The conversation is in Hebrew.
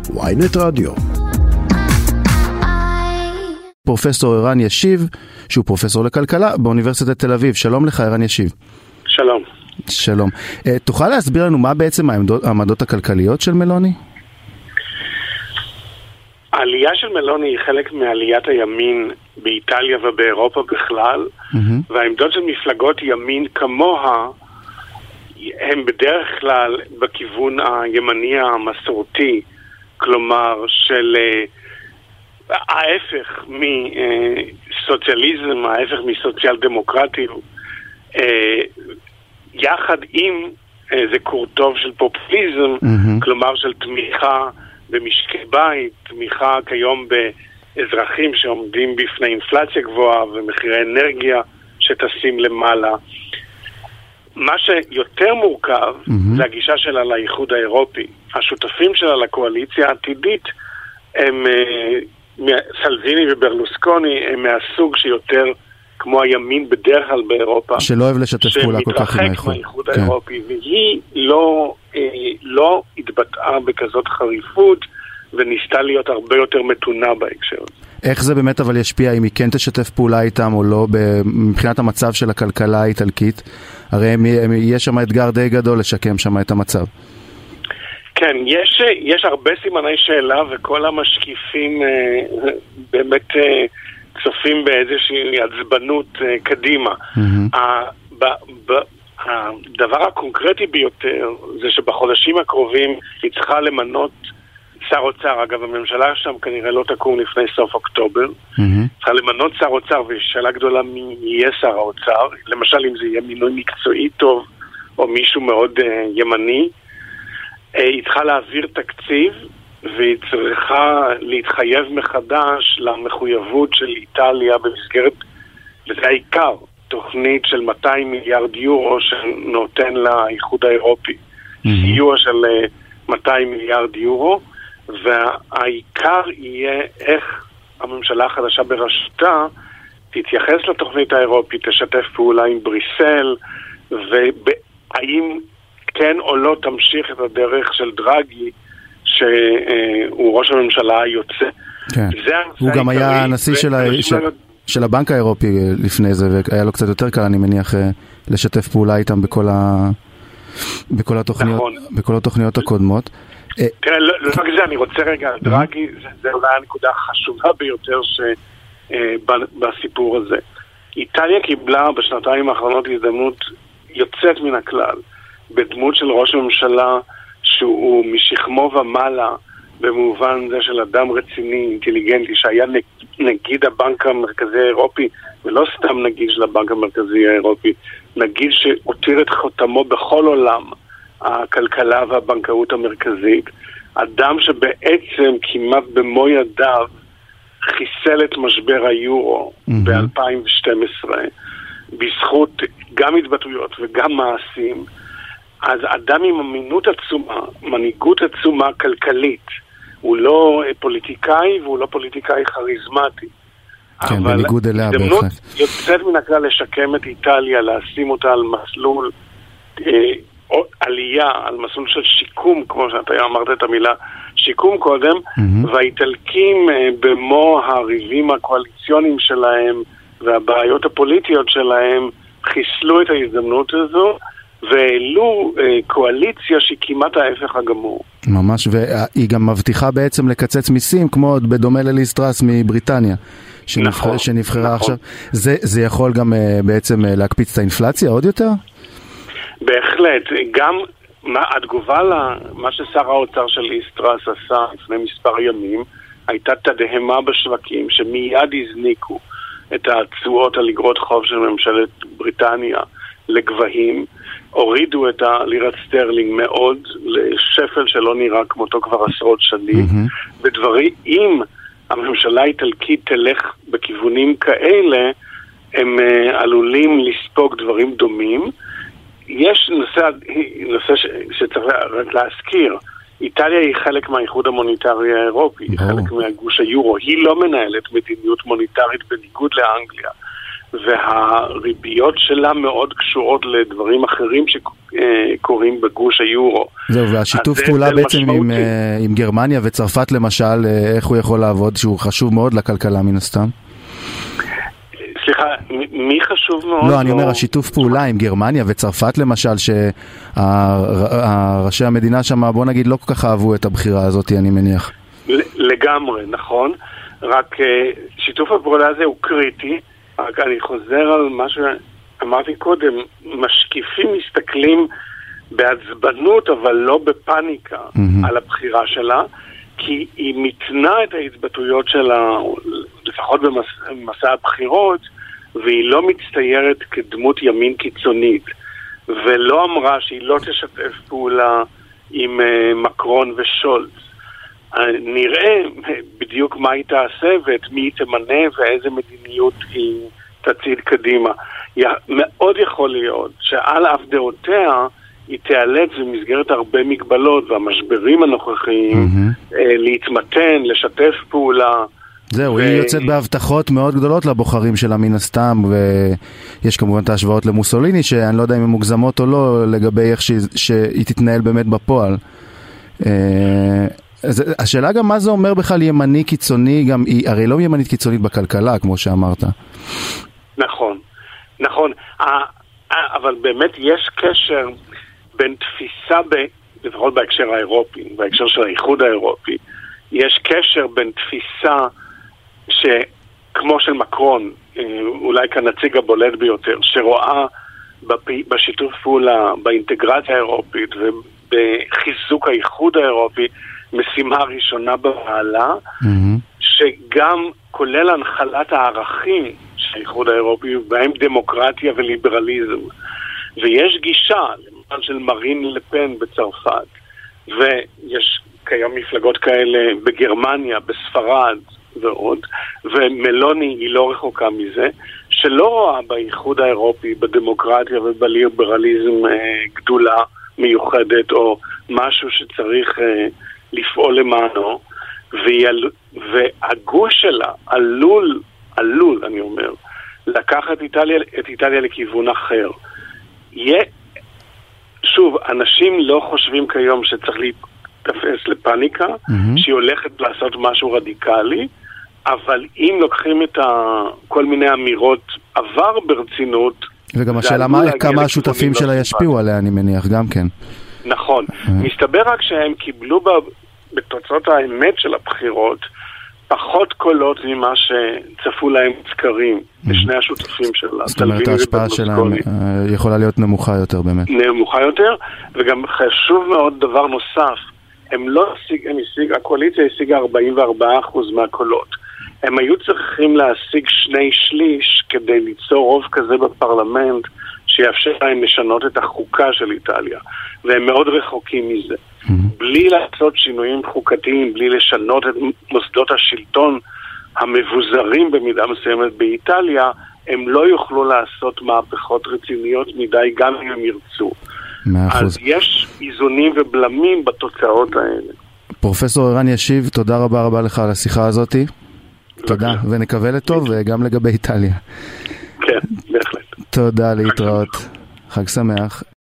ynet רדיו. פרופסור ערן ישיב, שהוא פרופסור לכלכלה באוניברסיטת תל אביב. שלום לך ערן ישיב. שלום. שלום. תוכל להסביר לנו מה בעצם העמדות הכלכליות של מלוני? העלייה של מלוני היא חלק מעליית הימין באיטליה ובאירופה בכלל, והעמדות של מפלגות ימין כמוה הם בדרך כלל בכיוון הימני המסורתי, כלומר של ההפך מסוציאליזם, ההפך מסוציאל דמוקרטיה, יחד עם איזה קורטוב של פופוליזם, כלומר של תמיכה במשקי בית, תמיכה כיום באזרחים שעומדים בפני אינפלציה גבוהה ומחירי אנרגיה שטסים למעלה. מה שיותר מורכב זה הגישה שלה לאיחוד האירופי. השותפים שלה לקואליציה העתידית הם סלוויני וברלוסקוני, הם מהסוג שיותר כמו הימין בדרך כלל באירופה, שלא אוהב לשתף פעולה כל כך עם האיחוד האירופי, והיא לא התבטאה בכזאת חריפות וניסתה להיות הרבה יותר מתונה בהקשר. איך זה באמת אבל ישפיע אם היא כן תשתף פעולה איתם או לא מבחינת המצב של הכלכלה האיטלקית? הרי יש שם אתגר די גדול לשקם שם את המצב. כן, יש הרבה סימני שאלה, וכל המשקיפים באמת צופים באיזושהי עצבנות קדימה. הדבר הקונקרטי ביותר זה שבחודשים הקרובים היא צריכה למנות שר אוצר. אגב, הממשלה שם כנראה לא תקום לפני סוף אוקטובר. צריכה למנות שר אוצר, ושאלה גדולה מי יהיה שר האוצר. למשל, אם זה יהיה מינוי מקצועי טוב, או מישהו מאוד ימני. היא צריכה להעביר תקציב, והיא צריכה להתחייב מחדש למחויבות של איטליה במסגרת, וזה העיקר, תוכנית של 200 מיליארד יורו שנותן לאיחוד האירופי. סיוע של 200 מיליארד יורו, והעיקר יהיה איך הממשלה החדשה בראשותה תתייחס לתוכנית האירופית, תשתף פעולה עם בריסל, והאם כן או לא תמשיך את הדרך של דרגי, שהוא ראש הממשלה היוצא. כן. הוא גם היה הנשיא של הבנק האירופי לפני זה, והיה לו קצת יותר קל, אני מניח, לשתף פעולה איתם בכל התוכניות הקודמות. תראה, לא רק זה, אני רוצה רגע, דרגי, זה אולי הנקודה החשובה ביותר בסיפור הזה. איטליה קיבלה בשנתיים האחרונות הזדמנות יוצאת מן הכלל, בדמות של ראש הממשלה שהוא משכמו ומעלה, במובן זה של אדם רציני, אינטליגנטי, שהיה נגיד הבנק המרכזי האירופי, ולא סתם נגיד של הבנק המרכזי האירופי, נגיד שהותיר את חותמו בכל עולם הכלכלה והבנקאות המרכזית, אדם שבעצם כמעט במו ידיו חיסל את משבר היורו ב-2012, בזכות גם התבטאויות וגם מעשים. אז אדם עם אמינות עצומה, מנהיגות עצומה כלכלית, הוא לא פוליטיקאי והוא לא פוליטיקאי כריזמטי. כן, בניגוד אליה בהחלט. הזדמנות יוצאת מן הכלל לשקם את איטליה, לשים אותה על מסלול עלייה, על מסלול של שיקום, כמו שאתה אמרת את המילה שיקום קודם, והאיטלקים במו הריבים הקואליציוניים שלהם והבעיות הפוליטיות שלהם חיסלו את ההזדמנות הזו, והעלו קואליציה שהיא כמעט ההפך הגמור. ממש, והיא גם מבטיחה בעצם לקצץ מיסים, כמו בדומה לליז טראס מבריטניה, שנבחרה עכשיו. זה יכול גם בעצם להקפיץ את האינפלציה עוד יותר? בהחלט. גם התגובה למה ששר האוצר של ליז טראס עשה לפני מספר ימים, הייתה תדהמה בשווקים שמיד הזניקו את התשואות על אגרות חוב של ממשלת בריטניה לגבהים, הורידו את הלירת סטרלינג מאוד לשפל שלא נראה כמותו כבר עשרות שנים. בדברים, אם הממשלה האיטלקית תלך בכיוונים כאלה, הם עלולים לספוג דברים דומים. יש נושא שצריך רק להזכיר. איטליה היא חלק מהאיחוד המוניטרי האירופי, היא חלק מהגוש היורו. היא לא מנהלת מדיניות מוניטרית בניגוד לאנגליה. והריביות שלה מאוד קשורות לדברים אחרים שקורים בגוש היורו. זהו, והשיתוף פעולה בעצם עם גרמניה וצרפת למשל, איך הוא יכול לעבוד, שהוא חשוב מאוד לכלכלה מן הסתם? סליחה, מי חשוב מאוד? לא, אני אומר, השיתוף פעולה עם גרמניה וצרפת למשל, שראשי המדינה שם, בוא נגיד, לא כל כך אהבו את הבחירה הזאת, אני מניח. לגמרי, נכון. רק שיתוף הפעולה הזה הוא קריטי. רק אני חוזר על מה שאמרתי קודם, משקיפים מסתכלים בעצבנות, אבל לא בפניקה על הבחירה שלה, כי היא מתנה את ההתבטאויות שלה, לפחות במסע הבחירות, והיא לא מצטיירת כדמות ימין קיצונית, ולא אמרה שהיא לא תשתף פעולה עם מקרון ושולץ. נראה בדיוק מה היא תעשה ואת מי היא תמנה ואיזה מדיניות היא תציד קדימה. מאוד יכול להיות שעל אף דעותיה היא תיאלץ במסגרת הרבה מגבלות והמשברים הנוכחיים להתמתן, לשתף פעולה. זהו, היא יוצאת בהבטחות מאוד גדולות לבוחרים שלה מן הסתם, ויש כמובן את ההשוואות למוסוליני שאני לא יודע אם הן מוגזמות או לא לגבי איך שהיא תתנהל באמת בפועל. השאלה גם מה זה אומר בכלל ימני קיצוני, גם היא הרי לא ימנית קיצונית בכלכלה כמו שאמרת. נכון, נכון, אבל באמת יש קשר בין תפיסה, לפחות בהקשר האירופי, בהקשר של האיחוד האירופי, יש קשר בין תפיסה שכמו של מקרון, אולי כנציג הבולט ביותר, שרואה בשיתוף פעולה, באינטגרציה האירופית ובחיזוק האיחוד האירופי, משימה ראשונה במעלה, שגם כולל הנחלת הערכים של האיחוד האירופי, בהם דמוקרטיה וליברליזם. ויש גישה, למשל של מרין לפן בצרפת, ויש כיום מפלגות כאלה בגרמניה, בספרד ועוד, ומלוני היא לא רחוקה מזה, שלא רואה באיחוד האירופי, בדמוקרטיה ובליברליזם גדולה מיוחדת, או משהו שצריך לפעול למענו, והגוש שלה עלול, אני אומר, לקחת את איטליה לכיוון אחר. שוב, אנשים לא חושבים כיום שצריך להתאפס לפניקה, שהיא הולכת לעשות משהו רדיקלי, אבל אם לוקחים את כל מיני אמירות עבר ברצינות, וגם השאלה כמה השותפים שלה ישפיעו עליה, אני מניח, גם כן. נכון. מסתבר רק שהם קיבלו בתוצאות האמת של הבחירות פחות קולות ממה שצפו להם סקרים לשני השותפים שלה. זאת אומרת, ההשפעה שלהם יכולה להיות נמוכה יותר באמת. נמוכה יותר, וגם חשוב מאוד דבר נוסף, הקואליציה השיגה 44% מהקולות. הם היו צריכים להשיג 2/3 כדי ליצור רוב כזה בפרלמנט שיאפשר להם לשנות את החוקה של איטליה, והם מאוד רחוקים מזה. בלי לעשות שינויים חוקתיים, בלי לשנות את מוסדות השלטון המבוזרים במידה מסוימת באיטליה, הם לא יוכלו לעשות מהפכות רציניות מדי גם אם הם ירצו. אז יש איזונים ובלמים בתוצאות האלה. פרופסור ערן ישיב, תודה רבה לך על השיחה הזאת. תודה, ונקווה לטוב וגם לגבי איטליה. כן, בהחלט. תודה, להתראות. חג שמח.